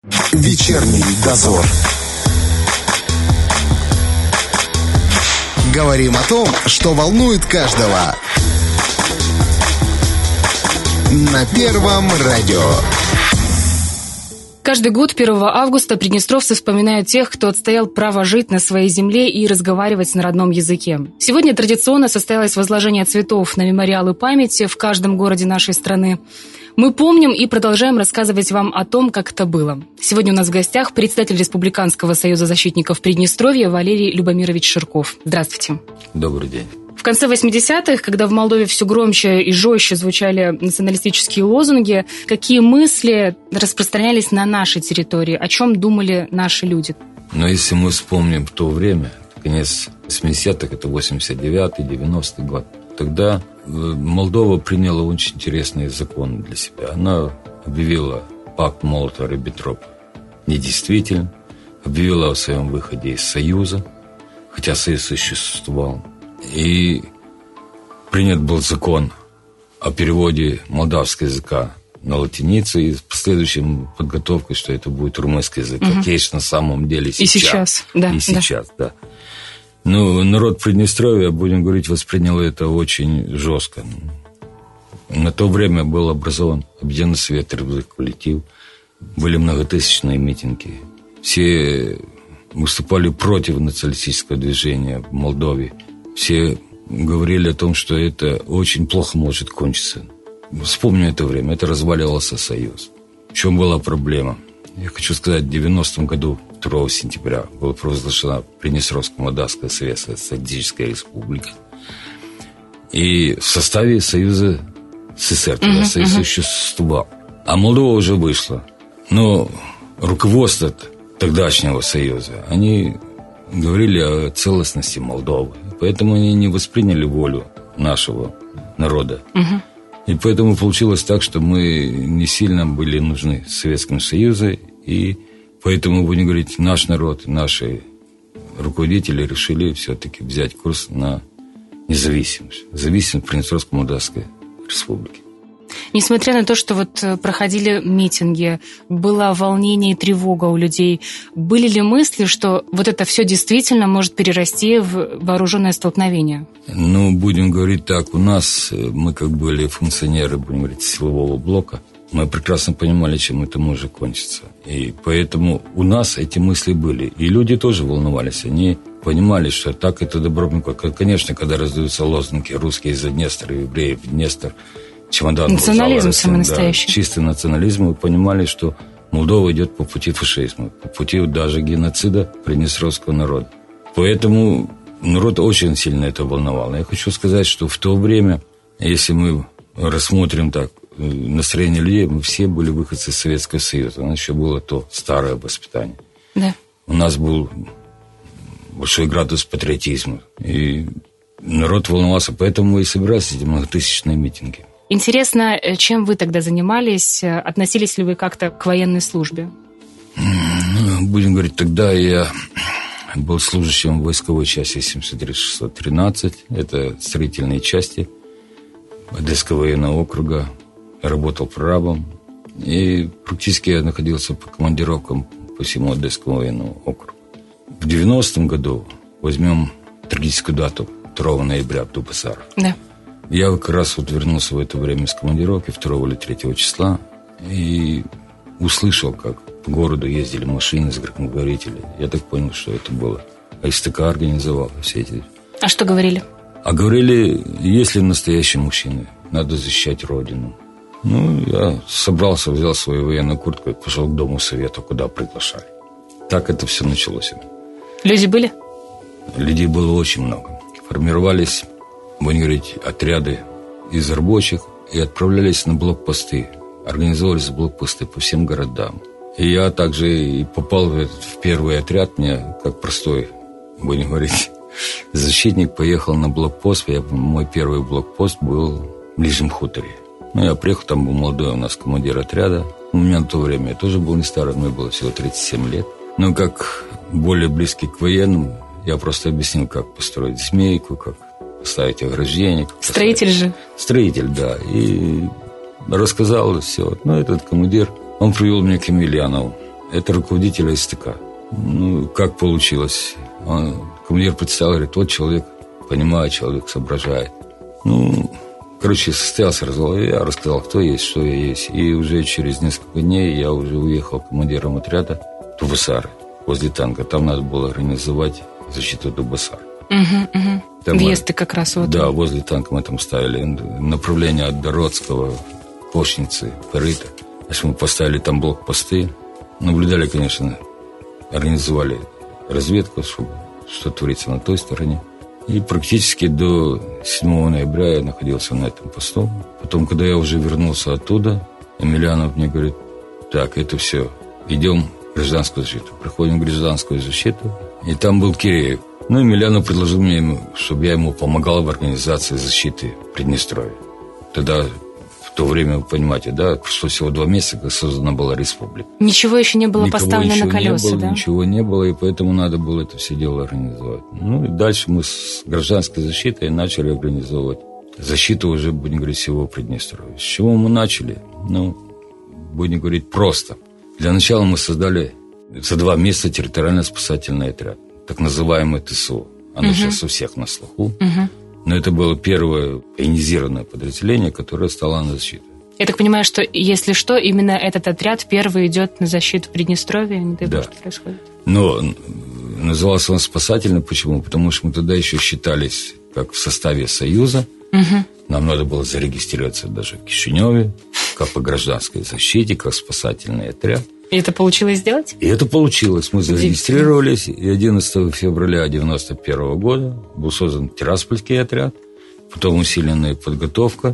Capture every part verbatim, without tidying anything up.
Вечерний дозор. Говорим о том, что волнует каждого. На Первом радио. Каждый год первого августа приднестровцы вспоминают тех, кто отстоял право жить на своей земле и разговаривать на родном языке. Сегодня традиционно состоялось возложение цветов на мемориалы памяти в каждом городе нашей страны. Мы помним и продолжаем рассказывать вам о том, как это было. Сегодня у нас в гостях председатель Республиканского союза защитников Приднестровья Валерий Любомирович Ширков. Здравствуйте. Добрый день. В конце восьмидесятых, когда в Молдове все громче и жестче звучали националистические лозунги, какие мысли распространялись на нашей территории? О чем думали наши люди? Но если мы вспомним то время, конец восьмидесятых, это восемьдесят девятый, девяностый год, тогда Молдова приняла очень интересные законы для себя. Она объявила пакт Молотова-Риббентропа недействительным, объявила о своем выходе из Союза, хотя Союз существовал. И принят был закон о переводе молдавского языка на латиницу и с последующей подготовкой, что это будет румынский язык. Угу. Как есть на самом деле сейчас. И сейчас, да. И сейчас, да. да. Ну, народ Приднестровья, будем говорить, воспринял это очень жестко. На то время был образован Объединенный совет трудовых коллективов, были многотысячные митинги. Все выступали против националистического движения в Молдове. Все говорили о том, что это очень плохо может кончиться. Вспомню это время, это разваливался Союз. В чем была проблема? Я хочу сказать, в девяностом году, второго сентября, была провозглашена Приднестровско-Молдавская Социалистическая Республика. И в составе Союза СССР, тогда uh-huh, Союз uh-huh. существовал. А Молдова уже вышла. Но руководство тогдашнего Союза, они говорили о целостности Молдовы. Поэтому они не восприняли волю нашего народа. Угу. И поэтому получилось так, что мы не сильно были нужны Советскому Союзу. И поэтому, будем говорить, наш народ, наши руководители решили все-таки взять курс на независимость. Зависимость Приднестровско-Молдавской Республики. Несмотря на то, что вот проходили митинги, было волнение и тревога у людей, были ли мысли, что вот это все действительно может перерасти в вооруженное столкновение? Ну, будем говорить так, у нас, мы как были функционеры, будем говорить, силового блока, мы прекрасно понимали, чем это может кончиться. И поэтому у нас эти мысли были. И люди тоже волновались, они понимали, что так это добро. Конечно, когда раздаются лозунги «русские из-за Днестра», «евреи в Днестр», чемодан национализм самый настоящий. Да, чистый национализм. Мы понимали, что Молдова идет по пути фашизма, по пути даже геноцида приднестровского народа. Поэтому народ очень сильно это волновало. Я хочу сказать, что в то время, если мы рассмотрим так настроение людей, мы все были выходцы из Советского Союза. У нас еще было то старое воспитание. Да. У нас был большой градус патриотизма. И народ волновался. Поэтому мы и собирались эти многотысячные митинги. Интересно, чем вы тогда занимались? Относились ли вы как-то к военной службе? Будем говорить, тогда я был служащим в войсковой части семьдесят три шестьсот тринадцать. Это строительные части Одесского военного округа. Я работал прорабом. И практически я находился по командировкам по всему Одесскому военному округу. В девяностом году, возьмем трагическую дату, второго ноября, Абдул-Басаров. Да. Я как раз вот вернулся в это время с командировки второго или третьего числа и услышал, как по городу ездили машины с громкоговорителей. Я так понял, что это было. А СТК организовал все эти... А что говорили? А говорили, если настоящие мужчины, надо защищать Родину. Ну, я собрался, взял свою военную куртку и пошел к Дому Совета, куда приглашали. Так это все началось. Люди были? Людей было очень много. Формировались, будем говорить, отряды из рабочих и отправлялись на блокпосты. Организовывались блокпосты по всем городам. И я также и попал в, этот, в первый отряд. Мне, как простой, будем говорить, защитник, поехал на блокпост. Я, мой первый блокпост был в Ближнем хуторе. Ну, я приехал, там был молодой у нас командир отряда. У меня на то время я тоже был не старый, мне было всего тридцать семь лет. Но как более близкий к военным, я просто объяснил, как построить змейку, как поставить ограждение. Строитель поставить... же. Строитель, да. И рассказал все. Ну, этот командир, он привел меня к Емельянову. это руководителя СТК. Ну, как получилось? Он, командир представил, говорит, вот человек понимает, человек соображает. Ну, короче, состоялся разговор, я рассказал, кто есть, что я есть. И уже через несколько дней я уже уехал командиром отряда в Дубасары, возле танка. Там надо было организовать защиту Дубасар. Угу, угу. Въезд-то как раз вот. Да, возле танка мы там ставили направление от Дородского, Пошницы, Корыта. Значит, мы поставили там блокпосты. Наблюдали, конечно, организовали разведку, чтобы, что творится на той стороне. И практически до седьмого ноября я находился на этом посту. Потом, когда я уже вернулся оттуда, Емельянов мне говорит, так, это все, идем в гражданскую защиту. Приходим в гражданскую защиту, и там был Киреев. Ну, Емельянов предложил мне, чтобы я ему помогал в организации защиты Приднестровья. Тогда, в то время, вы понимаете, да, прошло всего два месяца, как создана была республика. Ничего еще не было Никого поставлено еще на колеса, не было, да? Ничего не было, и поэтому надо было это все дело организовать. Ну, и дальше мы с гражданской защитой начали организовывать защиту уже, будем говорить, всего Приднестровья. С чего мы начали? Ну, будем говорить, просто. Для начала мы создали за два месяца территориально-спасательный отряд, так называемый ТСО. Оно угу. сейчас у всех на слуху. Угу. Но это было первое военизированное подразделение, которое стало на защиту. Я так понимаю, что, если что, именно этот отряд первый идет на защиту Приднестровья, не дай бог, да. что происходит. Но назывался он спасательным. Почему? Потому что мы тогда еще считались как в составе Союза. Угу. Нам надо было зарегистрироваться даже в Кишиневе, как по гражданской защите, как спасательный отряд. И это получилось сделать? И это получилось. Мы зарегистрировались, и одиннадцатого февраля девяносто первого года был создан Тираспольский отряд, потом усиленная подготовка,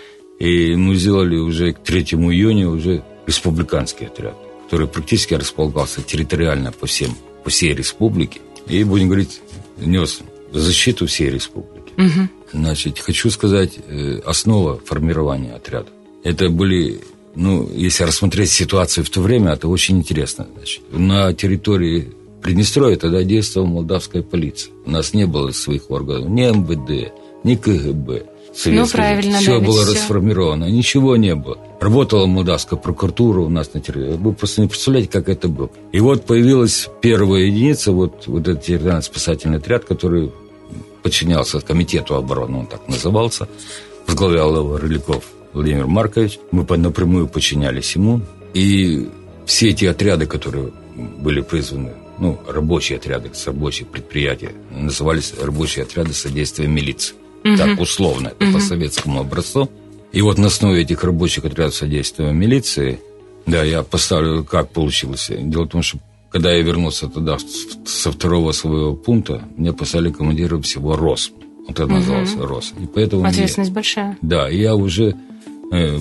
и мы сделали уже к третьему июня уже республиканский отряд, который практически располагался территориально по, всем, по всей республике, и, будем говорить, нес защиту всей республики. Угу. Значит, хочу сказать, основа формирования отряда. Это были... Ну, если рассмотреть ситуацию в то время, это очень интересно. Значит, на территории Приднестровья тогда действовала молдавская полиция. У нас не было своих органов, ни эм вэ дэ, ни ка гэ бэ. Ну, правильно, все да, было все. расформировано, ничего не было. Работала молдавская прокуратура у нас на территории. Вы просто не представляете, как это было. И вот появилась первая единица, вот, вот этот территориально-спасательный отряд, который подчинялся комитету обороны, он так назывался, возглавлял его Рыльков Владимир Маркович. Мы напрямую подчинялись ему. И все эти отряды, которые были призваны, ну, рабочие отряды, рабочие предприятия, назывались рабочие отряды содействия милиции. Угу. Так, условно, это угу. по советскому образцу. И вот на основе этих рабочих отрядов содействия милиции, да, я поставлю, как получилось. Дело в том, что когда я вернулся туда со второго своего пункта, мне поставили командиром всего РОС. Вот это угу. назывался РОС. И поэтому ответственность мне, большая. Да, и я уже э,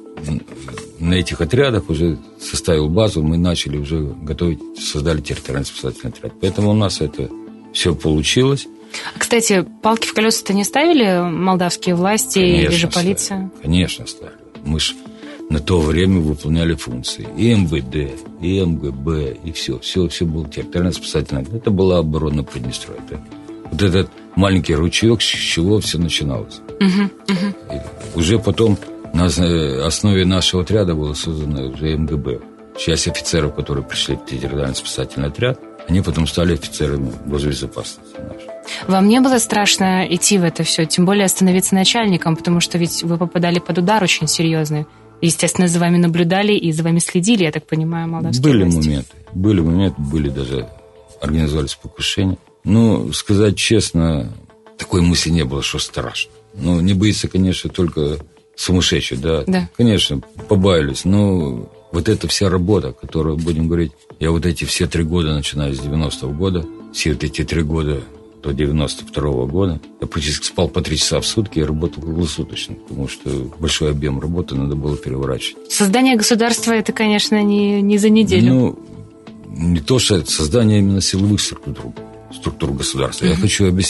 на этих отрядах уже составил базу, мы начали уже готовить, создали территориально-спасательный отряд. Поэтому у нас это все получилось. Кстати, палки в колеса-то не ставили молдавские власти, конечно, или же полиция? Ставили. Конечно, ставили. Мы же на то время выполняли функции. И эм вэ дэ, и эм гэ бэ, и все. Все, все было территориально-спасательное. Это была оборона Приднестровья. Вот этот маленький ручеек, с чего все начиналось. Угу, угу. Уже потом на основе нашего отряда было создано уже эм гэ бэ. Часть офицеров, которые пришли в территориально-спасательный отряд, они потом стали офицерами госбезопасности нашей. Вам не было страшно идти в это все, тем более становиться начальником, потому что ведь вы попадали под удар очень серьезный. Естественно, за вами наблюдали и за вами следили, я так понимаю, молдавские были власти. Моменты, были моменты, были даже организовались покушения. Ну, сказать честно, такой мысли не было, что страшно. Ну, не боится, конечно, только сумасшедший, да. Да. Конечно, побаивались, но вот эта вся работа, которую, будем говорить, я вот эти все три года, начиная с девяностого года, все вот эти три года до девяносто второго года, я практически спал по три часа в сутки и работал круглосуточно, потому что большой объем работы надо было переворачивать. Создание государства – это, конечно, не, не за неделю. Ну, не то, что это создание именно силовых структур, структур государства. Mm-hmm. Я хочу объяснить.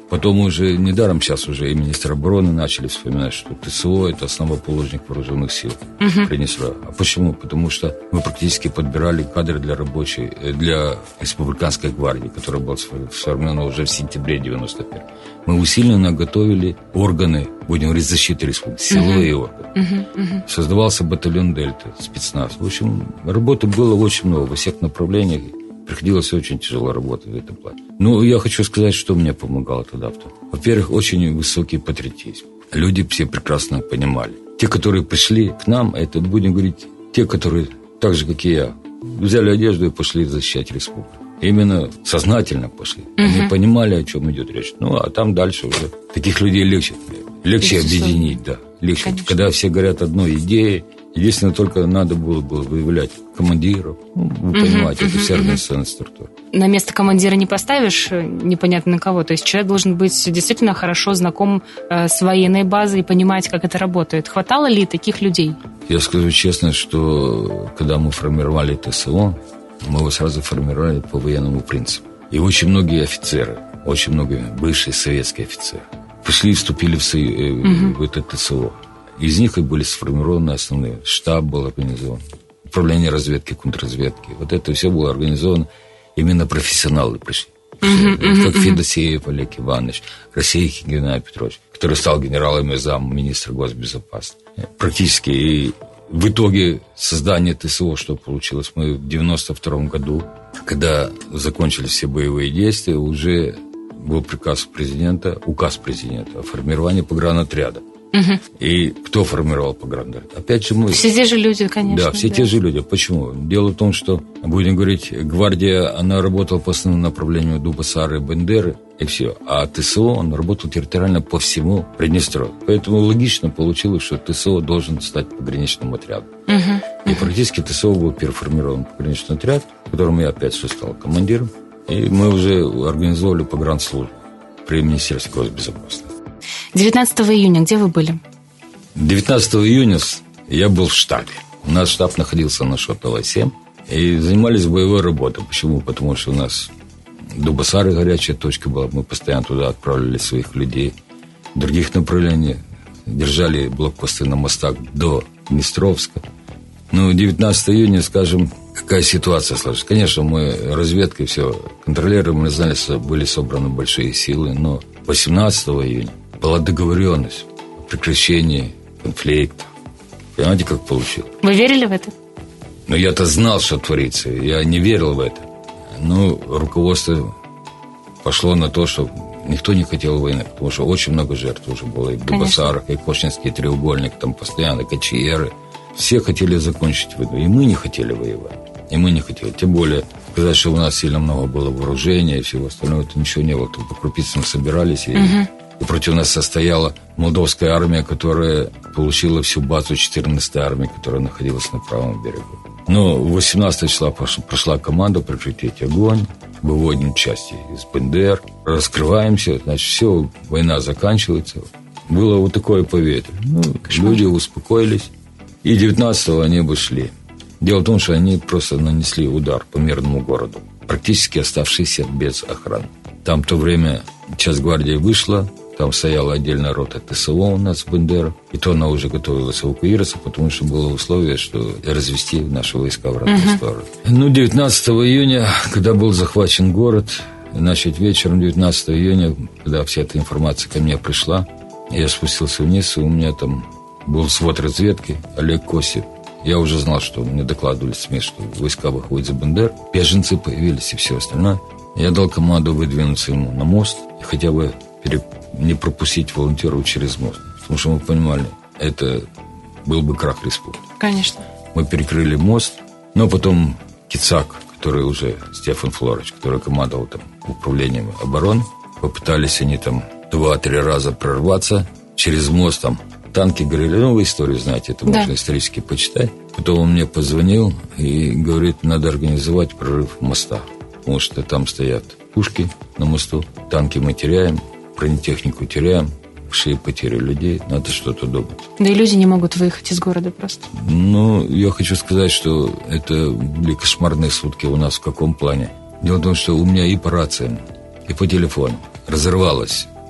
Потом уже, недаром сейчас уже и министр обороны начали вспоминать, что ТСО – это основоположник вооруженных сил uh-huh. Приднестровья. А почему? Потому что мы практически подбирали кадры для рабочей, для республиканской гвардии, которая была сформирована уже в сентябре девяносто первого. Мы усиленно готовили органы, будем говорить, защиты республики, силовые uh-huh. органы. Uh-huh. Uh-huh. Создавался батальон Дельта, спецназ. В общем, работы было очень много во всех направлениях. Приходилось очень тяжело работать в этом плане. Ну, я хочу сказать, что мне помогало тогда. Во-первых, очень высокий патриотизм. Люди все прекрасно понимали. Те, которые пришли к нам, это, будем говорить, те, которые, так же, как и я, взяли одежду и пошли защищать республику. Именно сознательно пошли. Uh-huh. Они понимали, о чем идет речь. Ну, а там дальше уже таких людей легче. Легче объединить, да. Легче. Конечно. Когда все говорят одной идеей. Единственное, только надо было бы выявлять командиров. Ну, вы понимаете, uh-huh, это вся организационная структура. На место командира не поставишь непонятно на кого. То есть человек должен быть действительно хорошо знаком э, с военной базой и понимать, как это работает. Хватало ли таких людей? Я скажу честно, что когда мы формировали ТСО, мы его сразу формировали по военному принципу. И очень многие офицеры, очень многие бывшие советские офицеры пришли и вступили в, со... uh-huh. в это ТСО. Из них и были сформированы основные. Штаб был организован, управление разведки, контрразведки. Вот это все было организовано. Именно профессионалы пришли. Uh-huh, uh-huh, как Федосеев Олег Иванович, Красейхин Геннадий Петрович, который стал генералом и зам министра госбезопасности. Практически и в итоге создания ТСО, что получилось, мы в девяносто втором году, когда закончились все боевые действия, уже был приказ президента, указ президента о формировании погранотряда. Угу. И кто формировал погранотряд? Опять же мы. Все те же люди, конечно. Да, все да. те же люди. Почему? Дело в том, что, будем говорить, гвардия, она работала по основному направлению Дубасары и Бендеры, и все. А ТСО, он работал территориально по всему Приднестровью. Поэтому логично получилось, что ТСО должен стать пограничным отрядом. Угу. И практически ТСО был переформирован пограничный отряд, в котором я опять же стал командиром. И мы уже организовали погранслужбу при Министерстве госбезопасности. девятнадцатого июня где вы были? девятнадцатого июня я был в штабе. У нас штаб находился на Шотова семь. И занимались боевой работой. Почему? Потому что у нас Дубасары горячая точка была. Мы постоянно туда отправляли своих людей. В других направлениях держали блокпосты на мостах до Днестровска. Ну, девятнадцатого июня, скажем, какая ситуация сложилась. Конечно, мы разведкой все контролеры, мы знали, что были собраны большие силы, но восемнадцатого июня была договоренность о прекращении конфликта. Понимаете, как получилось? Вы верили в это? Ну, я-то знал, что творится. Я не верил в это. Ну, руководство пошло на то, что никто не хотел войны, потому что очень много жертв уже было. И в Дубасарах, и Кошнинский треугольник, там постоянно кочееры. Все хотели закончить войну. И мы не хотели воевать. И мы не хотели. Тем более, сказать, что у нас сильно много было вооружения и всего остального, это ничего не было. Только по крупицам собирались. И, угу. и против нас состояла молдовская армия, которая получила всю базу четырнадцатой армии, которая находилась на правом берегу. Но восемнадцатого числа прошла команда прекратить огонь. Выводим части из Бендер. Раскрываемся. Значит, все, война заканчивается. Было вот такое поветрие. Ну, люди успокоились. И девятнадцатого они обошли. Дело в том, что они просто нанесли удар по мирному городу, практически оставшийся без охраны. Там в то время часть гвардии вышла, там стояла отдельная рота ТСО у нас в Бендерах, и то она уже готовилась эвакуироваться, потому что было условие, что развести наши войска в обратную uh-huh. сторону. Ну, девятнадцатого июня, когда был захвачен город, значит, вечером девятнадцатого июня, когда вся эта информация ко мне пришла, я спустился вниз, и у меня там был свод разведки, Олег Косев. Я уже знал, что мне докладывали СМИ, что войска выходят за Бендер, беженцы появились и все остальное. Я дал команду выдвинуться ему на мост и хотя бы пере... не пропустить волонтеров через мост. Потому что мы понимали, это был бы крах республики. Конечно. Мы перекрыли мост, но потом Кицак, который уже, Стефан Флорович, который командовал там управлением обороны, попытались они там два-три раза прорваться через мост там. Танки говорили, ну, вы историю знаете, это да. можно исторически почитать. Потом он мне позвонил и говорит, надо организовать прорыв моста. Потому что там стоят пушки на мосту, танки мы теряем, бронетехнику теряем, большие потери людей, надо что-то думать. Да и люди не могут выехать из города просто. Ну, я хочу сказать, что это были кошмарные сутки у нас в каком плане. Дело в том, что у меня и по рациям, и по телефону разорвалась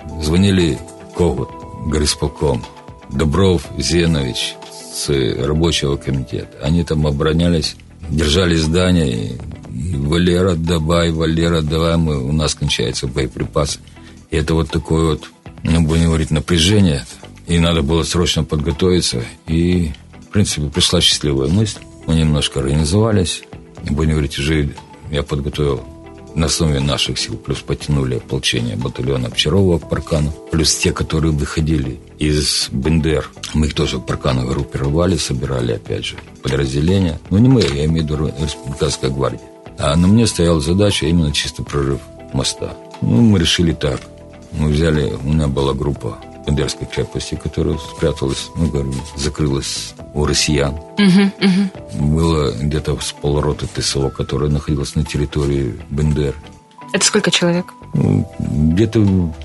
звонили Когут, горисполком, Добров, Зенович с рабочего комитета. Они там оборонялись, держали здание, и, и Валера, давай, Валера, давай, мы, у нас кончаются боеприпасы. И это вот такое вот, ну, будем говорить, напряжение. И надо было срочно подготовиться. И, в принципе, пришла счастливая мысль. Мы немножко организовались. И, будем говорить, уже я подготовил на основе наших сил. Плюс потянули ополчение батальона Пчарова к Паркану. Плюс те, которые выходили из Бендер. Мы их тоже в Паркану группировали, собирали, опять же, подразделения. Ну, не мы, я имею в виду Республиканская гвардия. А на мне стояла задача именно чисто прорыв моста. Ну, мы решили так. Мы взяли, у меня была группа Бендерской крепости, которая спряталась, ну, говорю, закрылась у россиян. Uh-huh, uh-huh. Было где-то с полроты ТСО, которая находилась на территории Бендер. Это сколько человек? Ну, где-то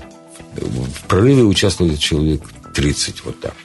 в прорыве участвовали человек тридцать, вот так.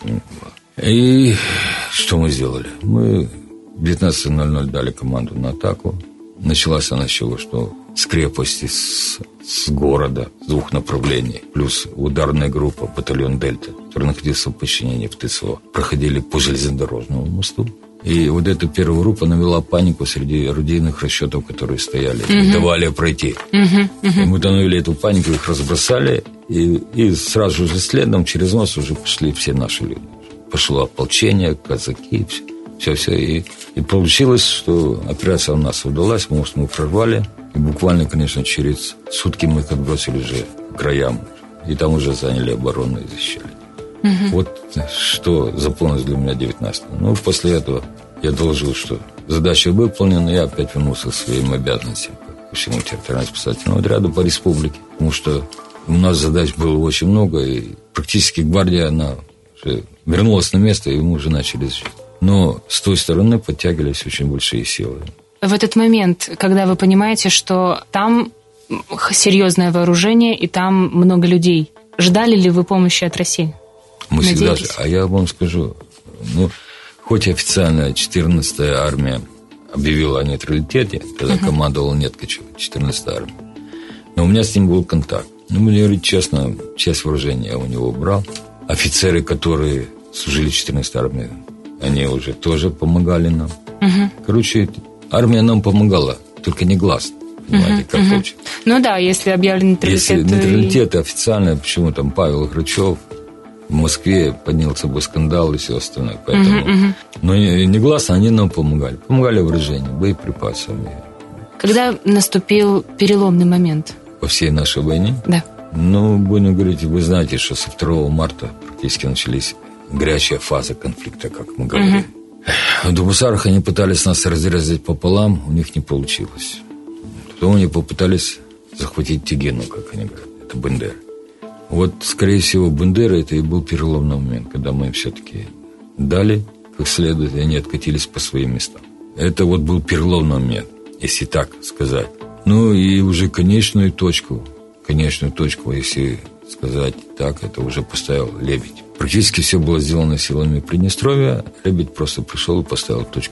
И что мы сделали? Мы в девятнадцать ноль ноль дали команду на атаку. Началась она с чего? Что с крепости, с, с города, с двух направлений, плюс ударная группа, батальон «Дельта», который находился в подчинении в ТСО, проходили по железнодорожному мосту. И вот эта первая группа навела панику среди орудийных расчетов, которые стояли, uh-huh. и давали пройти. Uh-huh. Uh-huh. И мы навели эту панику, их разбросали, и, и сразу же следом через мост уже пошли все наши люди. Пошло ополчение, казаки, все. Все-все. И, и получилось, что операция у нас удалась, мост мы прорвали. И буквально, конечно, через сутки мы их отбросили уже к краям. И там уже заняли оборону и защищали. Угу. Вот что запомнилось для меня девятнадцатого. Ну, после этого я доложил, что задача выполнена. Я опять вернулся к своим обязанностям по всему территориально-спасательному отряду по республике. Потому что у нас задач было очень много. И практически гвардия, она уже вернулась на место, и мы уже начали защищать. Но с той стороны подтягивались очень большие силы. В этот момент, когда вы понимаете, что там серьезное вооружение и там много людей, ждали ли вы помощи от России? Мы всегда... А я вам скажу, ну, хоть официально четырнадцатая армия объявила о нейтралитете, когда uh-huh. командовал Неткачев, четырнадцатая армия, но у меня с ним был контакт. Ну, мне говорить честно, часть вооружения я у него брал. Офицеры, которые служили в четырнадцатой армии, они уже тоже помогали нам. Uh-huh. Короче, армия нам помогала, только не гласно. Понимаете, uh-huh. как uh-huh. получится. Ну да, если объявлен нейтралитет... Если нейтралитет официально, почему там Павел Грачев в Москве поднял с собой скандал и все остальное. Поэтому... Uh-huh, uh-huh. Но негласно они нам помогали. Помогали вооружению, боеприпасами. Когда наступил переломный момент? Во всей нашей войне? Да. Ну, будем говорить, вы знаете, что со второго марта практически начались горячая фаза конфликта, как мы говорили. Uh-huh. В Дубусарах они пытались нас разрезать пополам, у них не получилось. Потом они попытались захватить Тегину, как они говорят. Это Бендер. Вот, скорее всего, Бендер это и был переломный момент, когда мы им все-таки дали как следует, и они откатились по своим местам. Это вот был переломный момент, если так сказать. Ну и уже конечную точку, конечную точку, если сказать так, это уже поставил Лебедь. Практически все было сделано силами Приднестровья. Лебедь просто пришел и поставил точку.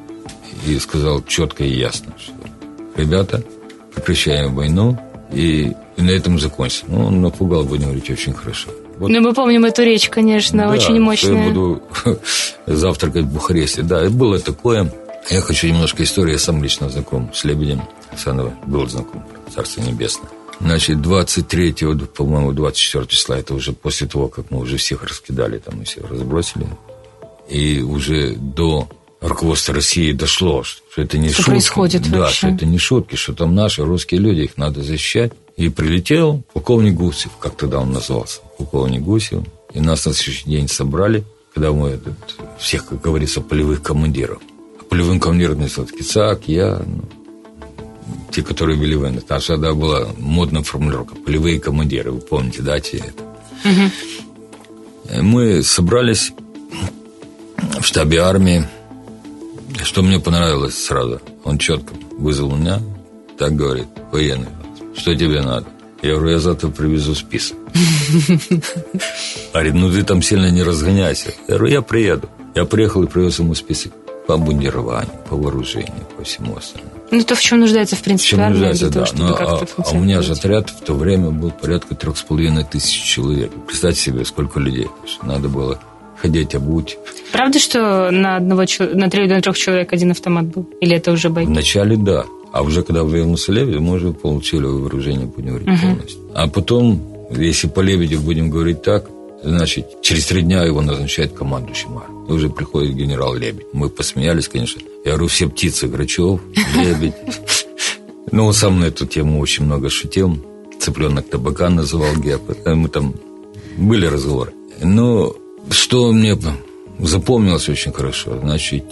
И сказал четко и ясно, что ребята, прекращаем войну, и, и на этом закончится. Ну, он напугал, будем говорить, очень хорошо. Вот. Ну, мы помним эту речь, конечно, да, очень мощная. Я буду завтракать в Бухаресте. Да, было такое. Я хочу немножко истории. Я сам лично знаком с Лебедем. Александр был знаком, Царство Небесное. Значит, двадцать третьего, по-моему, двадцать четвёртого числа, это уже после того, как мы уже всех раскидали, там и всех разбросили. И уже до руководства России дошло, что это не что шутки. Происходит да, вообще. что это не шутки, что там наши русские люди, их надо защищать. И прилетел полковник Гусев, как тогда он назывался, полковник Гусев. И нас на следующий день собрали, когда мы этот, всех, как говорится, полевых командиров. А полевым командиром все-таки Цак, я... Ну, те, которые вели войну. Там тогда была модная формулировка. Полевые командиры. Вы помните, да, те это? Угу. Мы собрались в штабе армии. Что мне понравилось сразу. Он четко вызвал меня. Так говорит, военный. Что тебе надо? Я говорю, я завтра привезу список. Говорит, ну ты там сильно не разгоняйся. Я говорю, я приеду. Я приехал и привез ему список по обмундированию, по вооружению, по всему остальному. Ну, то, в чем нуждается, в принципе, армия, для того, да. чтобы Но, как-то а, функционировать. а у меня же отряд в то время был порядка трех с половиной тысяч человек. Представьте себе, сколько людей. Надо было ходить, обуть. Правда, что на одного на трех человек один автомат был? Или это уже байки? Вначале да. А уже когда вернулся Лебедев, мы уже получили вооружение, будем говорить, uh-huh. полностью. А потом, если по Лебедеву будем говорить так, значит, через три дня его назначает командующим армией. И уже приходит генерал Лебедь. Мы посмеялись, конечно. Я говорю, все птицы, Грачев, Лебедь. Ну, он сам на эту тему очень много шутил. Цыпленок табака называл Геп. Мы там были разговоры. Но что мне запомнилось очень хорошо, значит,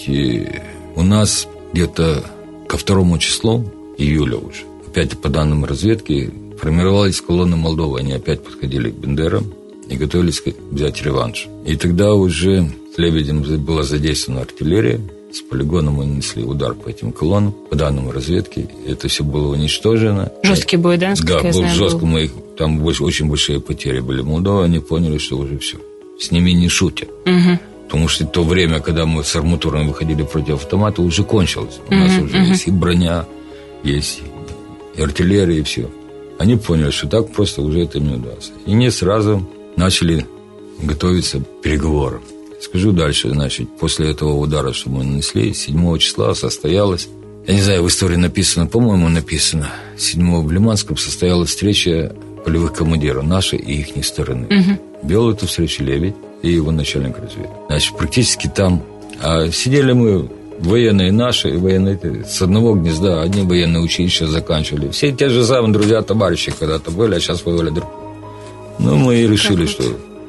у нас где-то ко второму числу июля уже, опять по данным разведки, формировались колонны Молдовы. Они опять подходили к Бендерам и готовились взять реванш. И тогда уже с Лебедем была задействована артиллерия. С полигоном мы нанесли удар по этим колоннам. По данным разведки, это все было уничтожено. Жесткий бой, да? Да, я был знаю, жестко. был. Мы, там больше, очень большие потери были в Молдове. Они поняли, что уже все. С ними не шутят. Угу. Потому что то время, когда мы с арматурами выходили против автомата, уже кончилось. У угу, нас уже угу. есть и броня, есть и артиллерия, и все. Они поняли, что так просто уже это не удастся. И не сразу начали готовиться к переговорам. Скажу дальше, значит, после этого удара, что мы нанесли, седьмого числа состоялась, я не знаю, в истории написано, по-моему, написано, седьмого в Лиманском состоялась встреча полевых командиров нашей и их стороны. Угу. Вел эту встречу Лебедь и его начальник разведки. Значит, практически там а сидели мы, военные наши, и военные с одного гнезда, одни военные училища заканчивали. Все те же самые друзья, товарищи когда-то были, а сейчас воевали друг. Ну, мы и решили, что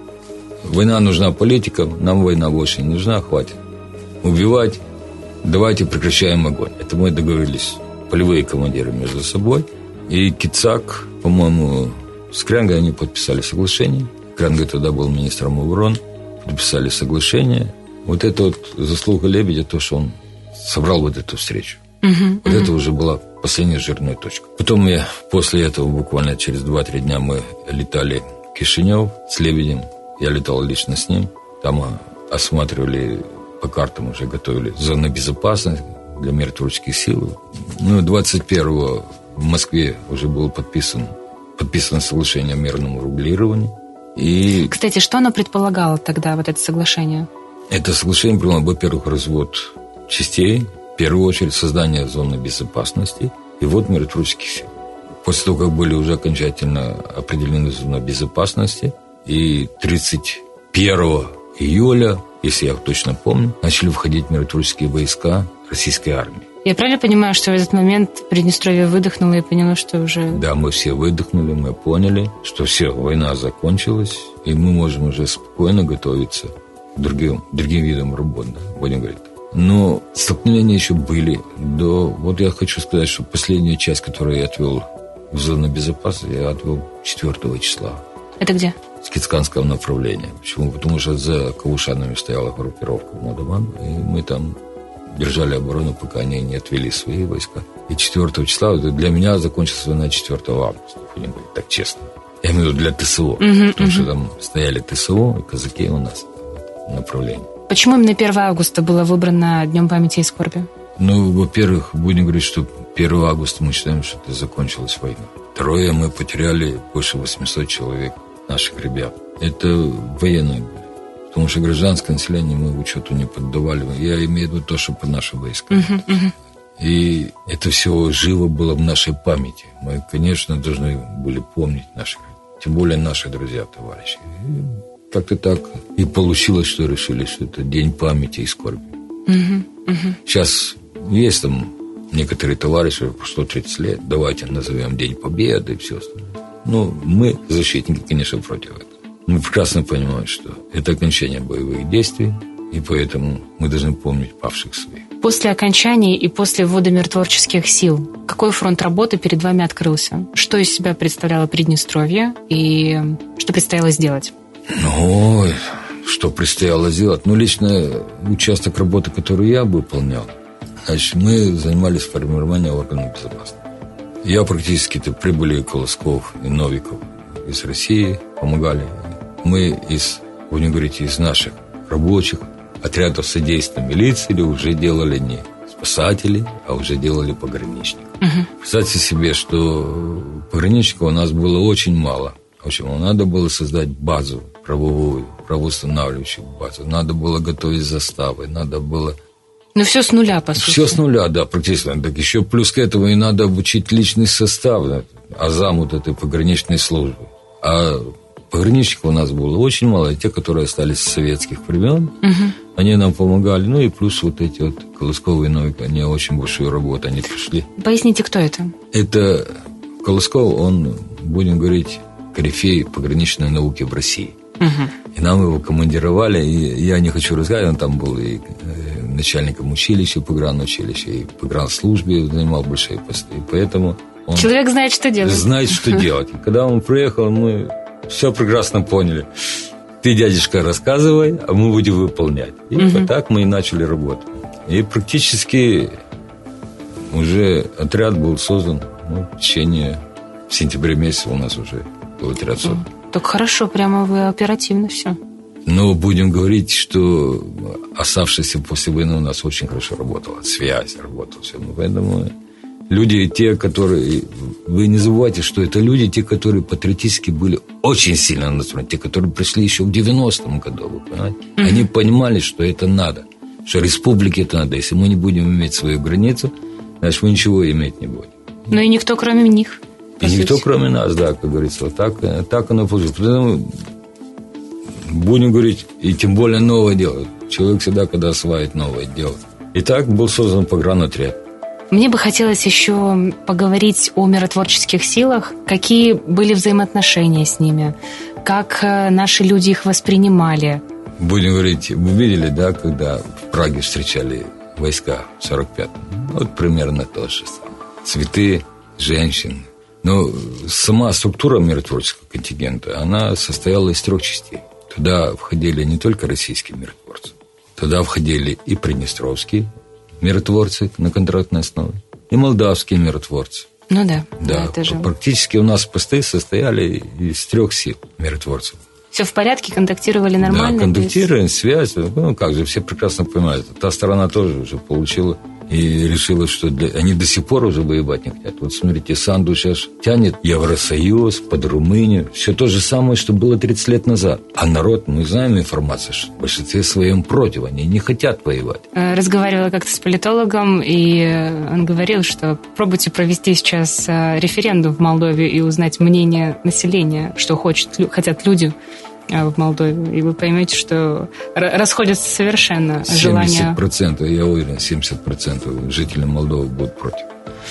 война нужна политикам, нам война больше не нужна, хватит убивать, давайте прекращаем огонь. Это мы договорились, полевые командиры между собой. И Кицак, по-моему, с Крянгой они подписали соглашение. Крянга тогда был министром обороны, подписали соглашение. Вот это вот заслуга Лебедя, то, что он собрал вот эту встречу. Uh-huh, вот uh-huh. это уже была последняя жирная точка. Потом я, после этого, буквально через два-три дня мы летали в Кишинев с Лебедем. Я летал лично с ним. Там осматривали, по картам уже готовили зоны безопасности для миротворческих сил. Ну, двадцать первого в Москве уже было подписан, подписано соглашение о мирном урегулировании. И кстати, что оно предполагало тогда, вот это соглашение? Это соглашение предполагало, во-первых, развод частей, в первую очередь создание зоны безопасности и ввод миротворческих сил. После того, как были уже окончательно определены зоны безопасности, и тридцать первого июля, если я точно помню, начали входить миротворческие войска российской армии. Я правильно понимаю, что в этот момент Приднестровье выдохнуло и поняло, что уже... Да, мы все выдохнули, мы поняли, что все, война закончилась, и мы можем уже спокойно готовиться к другим, другим видам работ, да, будем говорить. Но столкновения еще были. До... Вот я хочу сказать, что последняя часть, которую я отвел в зону безопасности, я отвел четвёртого числа. Это где? С Кицканского направления. Почему? Потому что за Кавушанами стояла группировка Молдаван, и мы там держали оборону, пока они не отвели свои войска. И четвёртого числа, для меня закончилась война четвёртого августа, будем говорить так честно. Я имею в виду для ТСО, uh-huh, потому uh-huh. что там стояли ТСО и казаки у нас в направлении. Почему именно первого августа было выбрано Днем памяти и скорби? Ну, во-первых, будем говорить, что первого августа мы считаем, что это закончилась война. Второе, мы потеряли больше восемьсот человек наших ребят. Это военные были. Потому что гражданское население мы учету не поддавали. Я имею в виду то, что под наши войска. Uh-huh, uh-huh. И это все живо было в нашей памяти. Мы, конечно, должны были помнить наших, тем более наши друзья, товарищи. И как-то так и получилось, что решили, что это День памяти и скорби. Uh-huh, uh-huh. Сейчас есть там некоторые товарищи, прошло тридцать лет, давайте назовем День Победы и все остальное. Ну, мы, защитники, конечно, против этого. Мы прекрасно понимаем, что это окончание боевых действий, и поэтому мы должны помнить павших своих. После окончания и после ввода миротворческих сил, какой фронт работы перед вами открылся? Что из себя представляло Приднестровье и что предстояло сделать? Ну, что предстояло сделать? Ну, лично участок работы, который я выполнял, значит, мы занимались формированием органов безопасности. Я практически-то прибыли Колосков и Новиков из России, помогали. Мы из, будем говорить, из наших рабочих отрядов содействия милиции уже делали не спасатели, а уже делали пограничников. Угу. Представьте себе, что пограничников у нас было очень мало. В общем, надо было создать базу правовую, правоустанавливающую базу. Надо было готовить заставы, надо было... Ну, все с нуля, по сути. Все с нуля, да, практически. Так еще плюс к этому и надо обучить личный состав, азам вот этой пограничной службы. А пограничников у нас было очень мало, и те, которые остались с советских времен, угу. они нам помогали. Ну и плюс вот эти вот Колосков и Новик, они очень большую работу, они пришли. Поясните, кто это? Это Колосков, он, будем говорить, корифей пограничной науки в России. Угу. И нам его командировали, и я не хочу рассказывать, он там был и начальником училища, погранучилища, и в погранслужбе занимал большие посты. И поэтому он человек знает, что делать. Знает, что делать. И когда он приехал, мы все прекрасно поняли. Ты, дядюшка, рассказывай, а мы будем выполнять. И угу. вот так мы и начали работать. И практически уже отряд был создан, ну, в течение в сентябре месяца у нас уже был отряд создан. Так хорошо, прямо вы оперативно все. Но будем говорить, что оставшиеся после войны у нас очень хорошо работала. Связь работала. Все. Поэтому люди, те, которые... Вы не забывайте, что это люди, те, которые патриотически были очень сильно настроены. Те, которые пришли еще в девяностом году, вы понимаете? Mm-hmm. Они понимали, что это надо. Что республике это надо. Если мы не будем иметь свою границу, значит, мы ничего иметь не будем. Но и никто, кроме них. И никто, кроме нас, да, как говорится. Вот так, так оно получилось. Поэтому... Будем говорить, и тем более новое дело. Человек всегда, когда осваивает новое дело. И так был создан погранотряд. Мне бы хотелось еще поговорить о миротворческих силах. Какие были взаимоотношения с ними? Как наши люди их воспринимали? Будем говорить, вы видели, да, когда в Праге встречали войска в сорок пятом? Вот примерно то же самое. Цветы, женщины. Но сама структура миротворческого контингента, она состояла из трех частей. Туда входили не только российские миротворцы, туда входили и приднестровские миротворцы на контрактной основе, и молдавские миротворцы. Ну да, да, это же... Практически у нас посты состояли из трех сил миротворцев. Все в порядке, контактировали нормально? Да, контактируем, есть... связь. Ну как же, все прекрасно понимают. Та сторона тоже уже получила и решила, что для... они до сих пор уже воевать не хотят. Вот смотрите, Санду сейчас тянет Евросоюз, под Румынию. Все то же самое, что было тридцать лет назад. А народ, мы знаем информацию, что в большинстве своем против. Они не хотят воевать. Разговаривала как-то с политологом, и он говорил, что пробуйте провести сейчас референдум в Молдове и узнать мнение населения, что хочет, хотят люди в Молдове, и вы поймете, что расходятся совершенно желания... семьдесят процентов, я уверен, семьдесят процентов жителей Молдовы будут против.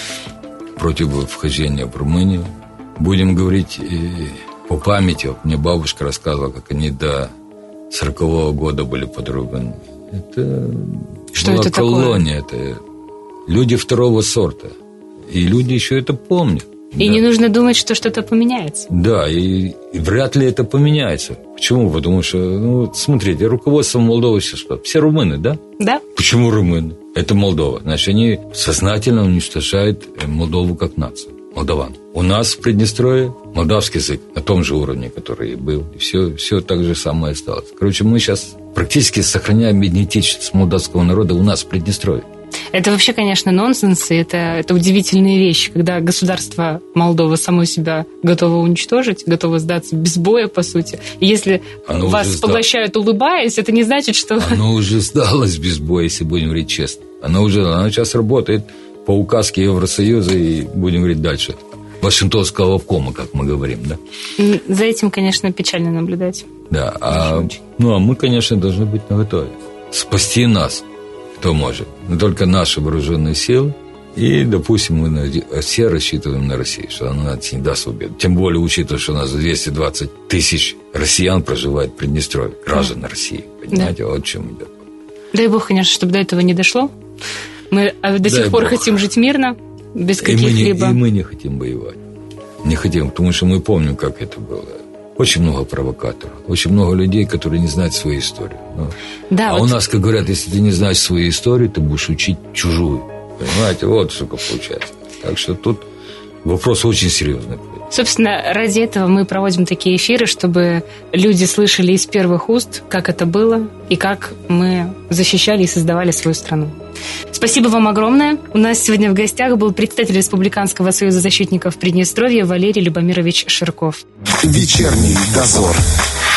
Против вхождения в Румынию. Будем говорить по памяти. Вот мне бабушка рассказывала, как они до сорокового года были под Румынией. Это что была это колония. Это люди второго сорта. И люди еще это помнят. И да. Не нужно думать, что что-то поменяется. Да, и, и вряд ли это поменяется. Почему? Потому что, ну, смотрите, руководство Молдовы сейчас что? Все румыны, да? Да. Почему румыны? Это Молдова. Значит, они сознательно уничтожают Молдову как нацию. Молдаван. У нас в Приднестровье молдавский язык на том же уровне, который и был. И все, все так же самое осталось. Короче, мы сейчас практически сохраняем идентичность молдавского народа у нас в Приднестровье. Это вообще, конечно, нонсенс, и это, это удивительные вещи, когда государство Молдова само себя готово уничтожить, готово сдаться без боя, по сути. И если оно вас поглощают, улыбаясь, это не значит, что... Оно уже сдалось без боя, если будем говорить честно. Оно уже, оно сейчас работает по указке Евросоюза, и будем говорить дальше. Вашингтонского обкома, как мы говорим, да? За этим, конечно, печально наблюдать. Да, а, ну, а мы, конечно, должны быть наготове. Спасти нас кто может? Но только наши вооруженные силы. И, допустим, мы все рассчитываем на Россию, что она нас не даст убить. Тем более, учитывая, что у нас двести двадцать тысяч россиян проживает в Приднестровье, граждан да. России. Понимаете, да. Вот о чем идет. Дай Бог, конечно, чтобы до этого не дошло. Мы до Дай сих пор Бог. хотим жить мирно, без каких-либо... И, и мы не хотим воевать. Не хотим, потому что мы помним, как это было. Очень много провокаторов, очень много людей, которые не знают свою историю. Ну, да, а вот... у нас, как говорят, если ты не знаешь свою историю, ты будешь учить чужую. Понимаете, вот что получается. Так что тут вопрос очень серьезный. Собственно, ради этого мы проводим такие эфиры, чтобы люди слышали из первых уст, как это было и как мы защищали и создавали свою страну. Спасибо вам огромное. У нас сегодня в гостях был председатель Республиканского союза защитников Приднестровья Валерий Любомирович Ширков. Вечерний дозор.